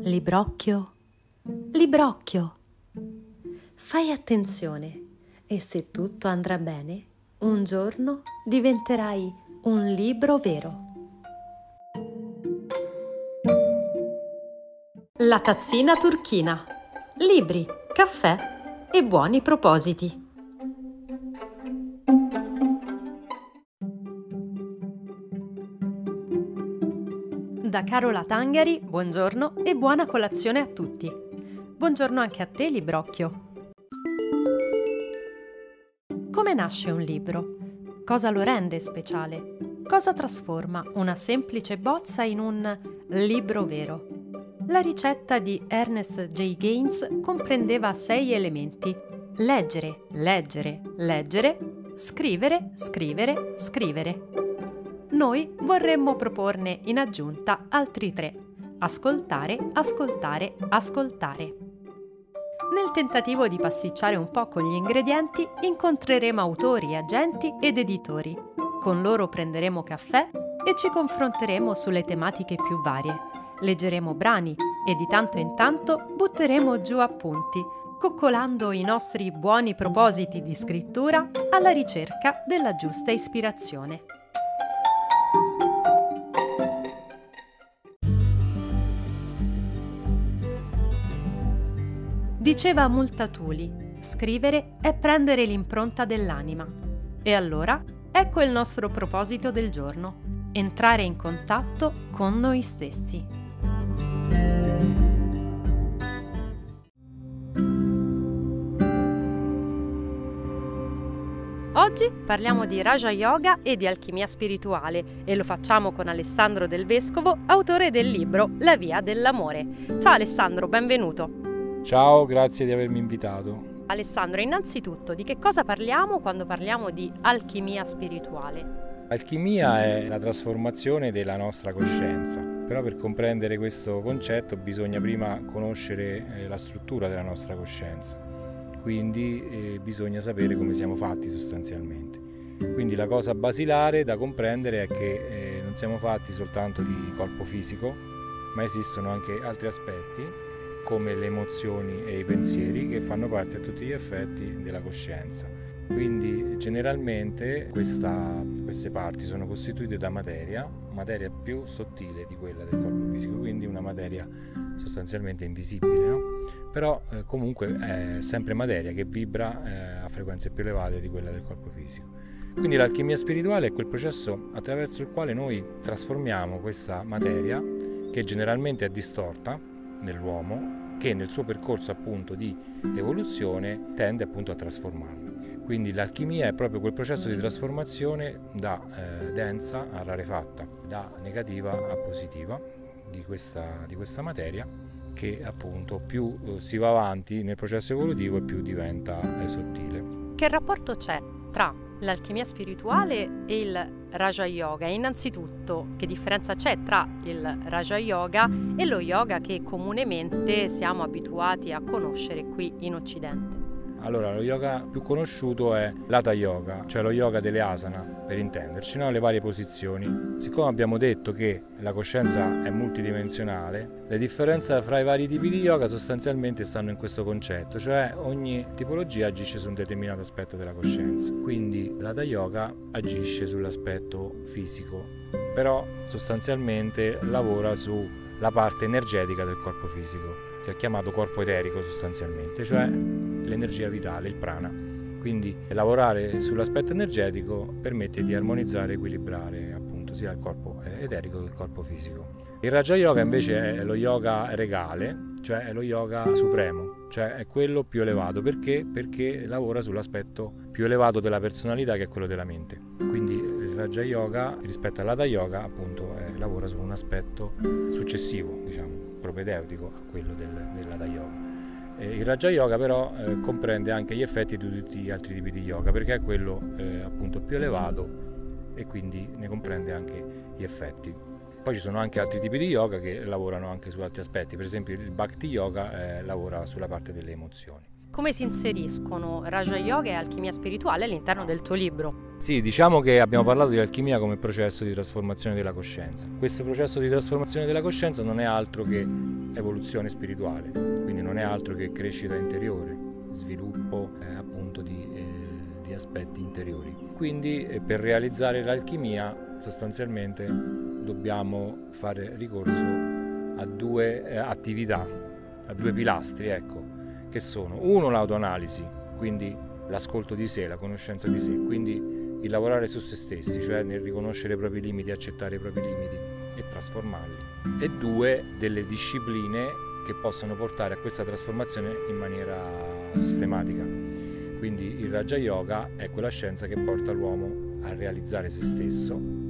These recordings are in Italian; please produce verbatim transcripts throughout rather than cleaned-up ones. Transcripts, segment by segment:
Librocchio, librocchio. Fai attenzione e se tutto andrà bene, un giorno diventerai un libro vero. La tazzina turchina. Libri, caffè e buoni propositi. Da Carola Tangheri, buongiorno e buona colazione a tutti. Buongiorno anche a te, Librocchio. Come nasce un libro? Cosa lo rende speciale? Cosa trasforma una semplice bozza in un libro vero? La ricetta di Ernest J. Gaines comprendeva sei elementi: leggere, leggere, leggere, scrivere, scrivere, scrivere. Noi vorremmo proporne in aggiunta altri tre: ascoltare, ascoltare, ascoltare. Nel tentativo di pasticciare un po' con gli ingredienti, incontreremo autori, agenti ed editori. Con loro prenderemo caffè e ci confronteremo sulle tematiche più varie. Leggeremo brani e di tanto in tanto butteremo giù appunti, coccolando i nostri buoni propositi di scrittura alla ricerca della giusta ispirazione. Diceva Multatuli, scrivere è prendere l'impronta dell'anima. E allora, ecco il nostro proposito del giorno: entrare in contatto con noi stessi. Oggi parliamo di Raja Yoga e di alchimia spirituale e lo facciamo con Alessandro Del Vescovo, autore del libro La via dell'amore. Ciao Alessandro, benvenuto. Ciao, grazie di avermi invitato. Alessandro, innanzitutto di che cosa parliamo quando parliamo di alchimia spirituale? Alchimia è la trasformazione della nostra coscienza, però per comprendere questo concetto bisogna prima conoscere la struttura della nostra coscienza, quindi eh, bisogna sapere come siamo fatti sostanzialmente. Quindi la cosa basilare da comprendere è che eh, non siamo fatti soltanto di corpo fisico, ma esistono anche altri aspetti come le emozioni e i pensieri che fanno parte a tutti gli effetti della coscienza. Quindi generalmente questa, queste parti sono costituite da materia, materia più sottile di quella del corpo fisico, quindi una materia sostanzialmente invisibile, no? Però eh, comunque è sempre materia che vibra eh, a frequenze più elevate di quella del corpo fisico. Quindi l'alchimia spirituale è quel processo attraverso il quale noi trasformiamo questa materia, che generalmente è distorta nell'uomo, che nel suo percorso appunto di evoluzione tende appunto a trasformarla. Quindi l'alchimia è proprio quel processo di trasformazione da eh, densa a rarefatta, da negativa a positiva di questa, di questa materia, che appunto più eh, si va avanti nel processo evolutivo e più diventa eh, sottile. Che rapporto c'è tra l'alchimia spirituale e il Raja Yoga? Innanzitutto, che differenza c'è tra il Raja Yoga e lo yoga che comunemente siamo abituati a conoscere qui in Occidente? Allora, lo yoga più conosciuto è l'Hatha Yoga, cioè lo yoga delle asana, per intenderci, no? Le varie posizioni. Siccome abbiamo detto che la coscienza è multidimensionale, le differenze fra i vari tipi di yoga sostanzialmente stanno in questo concetto, cioè ogni tipologia agisce su un determinato aspetto della coscienza. Quindi l'Hatha Yoga agisce sull'aspetto fisico, però sostanzialmente lavora sulla parte energetica del corpo fisico, che è chiamato corpo eterico sostanzialmente, cioè l'energia vitale, il prana. Quindi lavorare sull'aspetto energetico permette di armonizzare e equilibrare appunto sia il corpo eterico che il corpo fisico. Il Raja Yoga invece è lo yoga regale, cioè è lo yoga supremo, cioè è quello più elevato. Perché? Perché lavora sull'aspetto più elevato della personalità, che è quello della mente. Quindi il Raja Yoga rispetto all'Hatha Yoga appunto eh, lavora su un aspetto successivo, diciamo, propedeutico a quello del, dell'Hatha Yoga. Il Raja Yoga però eh, comprende anche gli effetti di tutti gli altri tipi di yoga, perché è quello eh, appunto più elevato e quindi ne comprende anche gli effetti. Poi ci sono anche altri tipi di yoga che lavorano anche su altri aspetti, per esempio il Bhakti Yoga eh, lavora sulla parte delle emozioni. come si inseriscono Raja Yoga e alchimia spirituale all'interno del tuo libro? Sì, diciamo che abbiamo parlato di alchimia come processo di trasformazione della coscienza. Questo processo di trasformazione della coscienza non è altro che evoluzione spirituale, quindi non è altro che crescita interiore, sviluppo eh, appunto di, eh, di aspetti interiori. Quindi eh, per realizzare l'alchimia sostanzialmente dobbiamo fare ricorso a due eh, attività, a due pilastri, ecco, che sono uno l'autoanalisi, quindi l'ascolto di sé, la conoscenza di sé, quindi il lavorare su se stessi, cioè nel riconoscere i propri limiti, accettare i propri limiti e trasformarli, e due delle discipline che possono portare a questa trasformazione in maniera sistematica. Quindi il Raja Yoga è quella scienza che porta l'uomo a realizzare se stesso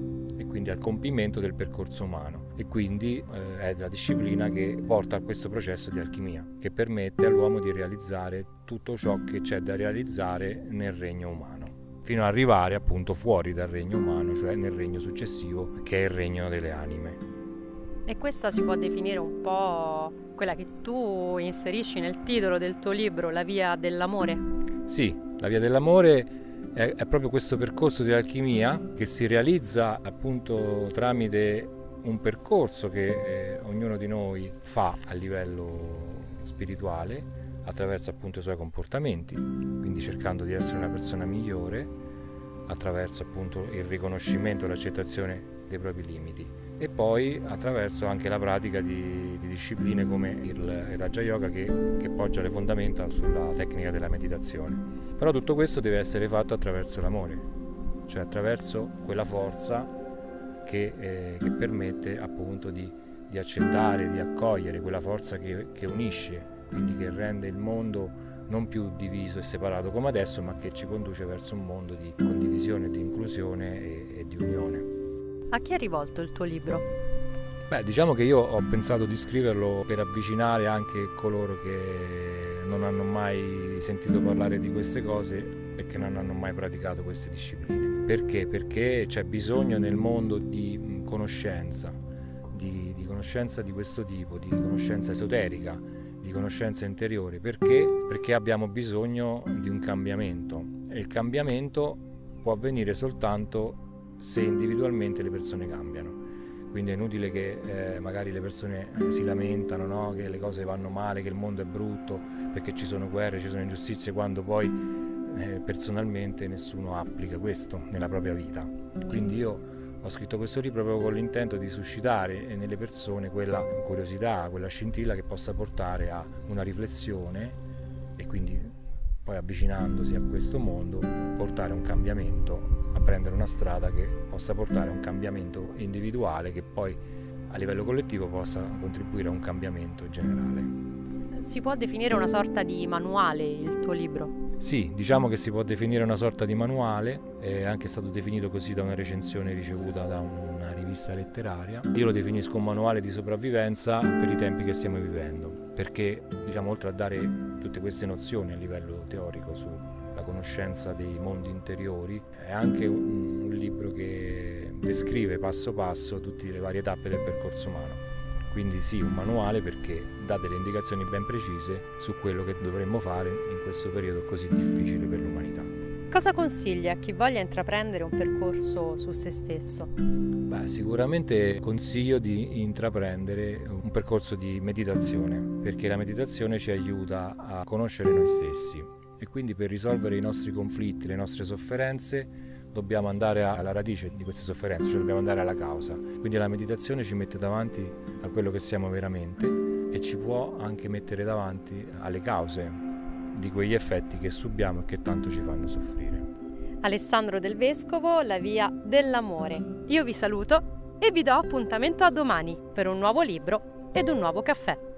e quindi al compimento del percorso umano, e quindi eh, è la disciplina che porta a questo processo di alchimia, che permette all'uomo di realizzare tutto ciò che c'è da realizzare nel regno umano, fino ad arrivare appunto fuori dal regno umano, cioè nel regno successivo, che è il regno delle anime. E questa si può definire un po' quella che tu inserisci nel titolo del tuo libro, La via dell'amore? Sì, la via dell'amore è, è proprio questo percorso di alchimia che si realizza appunto tramite un percorso che eh, ognuno di noi fa a livello spirituale, attraverso appunto i suoi comportamenti, quindi cercando di essere una persona migliore, attraverso appunto il riconoscimento e l'accettazione dei propri limiti, e poi attraverso anche la pratica di, di discipline come il, il Raja Yoga che, che poggia le fondamenta sulla tecnica della meditazione. Però tutto questo deve essere fatto attraverso l'amore, cioè attraverso quella forza che, eh, che permette appunto di, di accettare, di accogliere, quella forza che, che unisce, quindi che rende il mondo non più diviso e separato come adesso, ma che ci conduce verso un mondo di condivisione, di inclusione e, e di unione. A chi è rivolto il tuo libro? Beh, diciamo che io ho pensato di scriverlo per avvicinare anche coloro che non hanno mai sentito parlare di queste cose e che non hanno mai praticato queste discipline. Perché? Perché c'è bisogno nel mondo di conoscenza, di, di conoscenza di questo tipo, di conoscenza esoterica, di conoscenza interiore. Perché? Perché abbiamo bisogno di un cambiamento, e il cambiamento può avvenire soltanto se individualmente le persone cambiano. Quindi è inutile che eh, magari le persone si lamentano, no? Che le cose vanno male, che il mondo è brutto, perché ci sono guerre, ci sono ingiustizie, quando poi eh, personalmente nessuno applica questo nella propria vita. Quindi io ho scritto questo libro proprio con l'intento di suscitare nelle persone quella curiosità, quella scintilla che possa portare a una riflessione, e quindi poi avvicinandosi a questo mondo portare un cambiamento, a prendere una strada che possa portare a un cambiamento individuale che poi a livello collettivo possa contribuire a un cambiamento generale. Si può definire una sorta di manuale il tuo libro? Sì, diciamo che si può definire una sorta di manuale, è anche stato definito così da una recensione ricevuta da una rivista letteraria. Io lo definisco un manuale di sopravvivenza per i tempi che stiamo vivendo, perché diciamo, oltre a dare tutte queste nozioni a livello teorico sulla conoscenza dei mondi interiori, è anche un, un libro che descrive passo passo tutte le varie tappe del percorso umano. Quindi sì, un manuale perché dà delle indicazioni ben precise su quello che dovremmo fare in questo periodo così difficile per l'umanità. Cosa consigli a chi voglia intraprendere un percorso su se stesso? Beh, sicuramente consiglio di intraprendere un percorso di meditazione, perché la meditazione ci aiuta a conoscere noi stessi, e quindi per risolvere i nostri conflitti, le nostre sofferenze, dobbiamo andare alla radice di queste sofferenze, cioè dobbiamo andare alla causa. Quindi la meditazione ci mette davanti a quello che siamo veramente e ci può anche mettere davanti alle cause di quegli effetti che subiamo e che tanto ci fanno soffrire. Alessandro Del Vescovo, La via dell'amore. Io vi saluto e vi do appuntamento a domani per un nuovo libro ed un nuovo caffè.